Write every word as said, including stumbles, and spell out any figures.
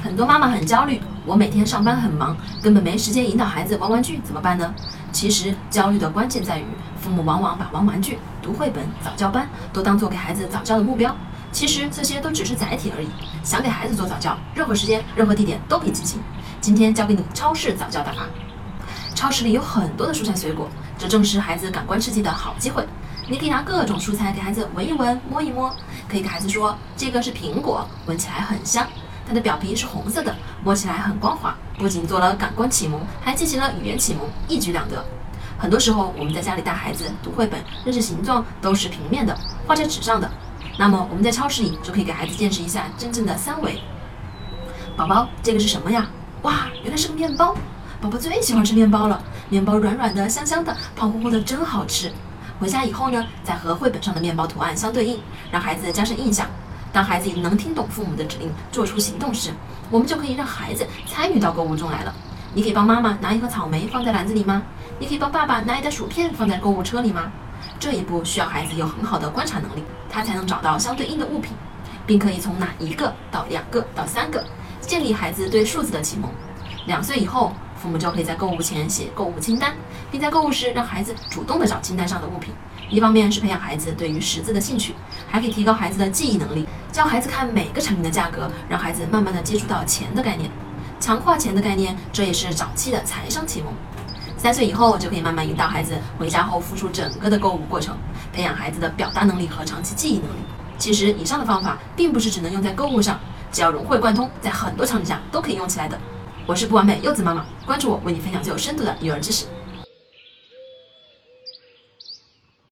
很多妈妈很焦虑，我每天上班很忙，根本没时间引导孩子玩玩具，怎么办呢？其实焦虑的关键在于，父母往往把玩玩具、读绘本、早教班都当做给孩子早教的目标。其实这些都只是载体而已。想给孩子做早教，任何时间、任何地点都可以进行。今天教给你超市早教打法。超市里有很多的蔬菜水果，这正是孩子感官刺激的好机会。你可以拿各种蔬菜给孩子闻一闻、摸一摸，可以给孩子说：“这个是苹果，闻起来很香。”它的表皮是红色的，摸起来很光滑，不仅做了感官启蒙，还进行了语言启蒙，一举两得。很多时候，我们在家里带孩子读绘本，认识形状都是平面的，画在纸上的。那么我们在超市里就可以给孩子见识一下真正的三维。宝宝，这个是什么呀？哇，原来是个面包！宝宝最喜欢吃面包了，面包软软的、香香的、胖乎乎的，真好吃。回家以后呢，再和绘本上的面包图案相对应，让孩子加深印象。当孩子已经能听懂父母的指令，做出行动时，我们就可以让孩子参与到购物中来了。你可以帮妈妈拿一盒草莓放在篮子里吗？你可以帮爸爸拿一袋薯片放在购物车里吗？这一步需要孩子有很好的观察能力，他才能找到相对应的物品，并可以从哪一个到两个到三个，建立孩子对数字的启蒙。两岁以后，父母就可以在购物前写购物清单，并在购物时让孩子主动地找清单上的物品。一方面是培养孩子对于识字的兴趣，还可以提高孩子的记忆能力，教孩子看每个产品的价格，让孩子慢慢地接触到钱的概念，强化钱的概念，这也是早期的财商启蒙。三岁以后就可以慢慢引导孩子回家后复述整个的购物过程，培养孩子的表达能力和长期记忆能力。其实以上的方法并不是只能用在购物上，只要融会贯通，在很多场景下都可以用起来的。我是不完美柚子妈妈，关注我，为你分享最有深度的育儿知识。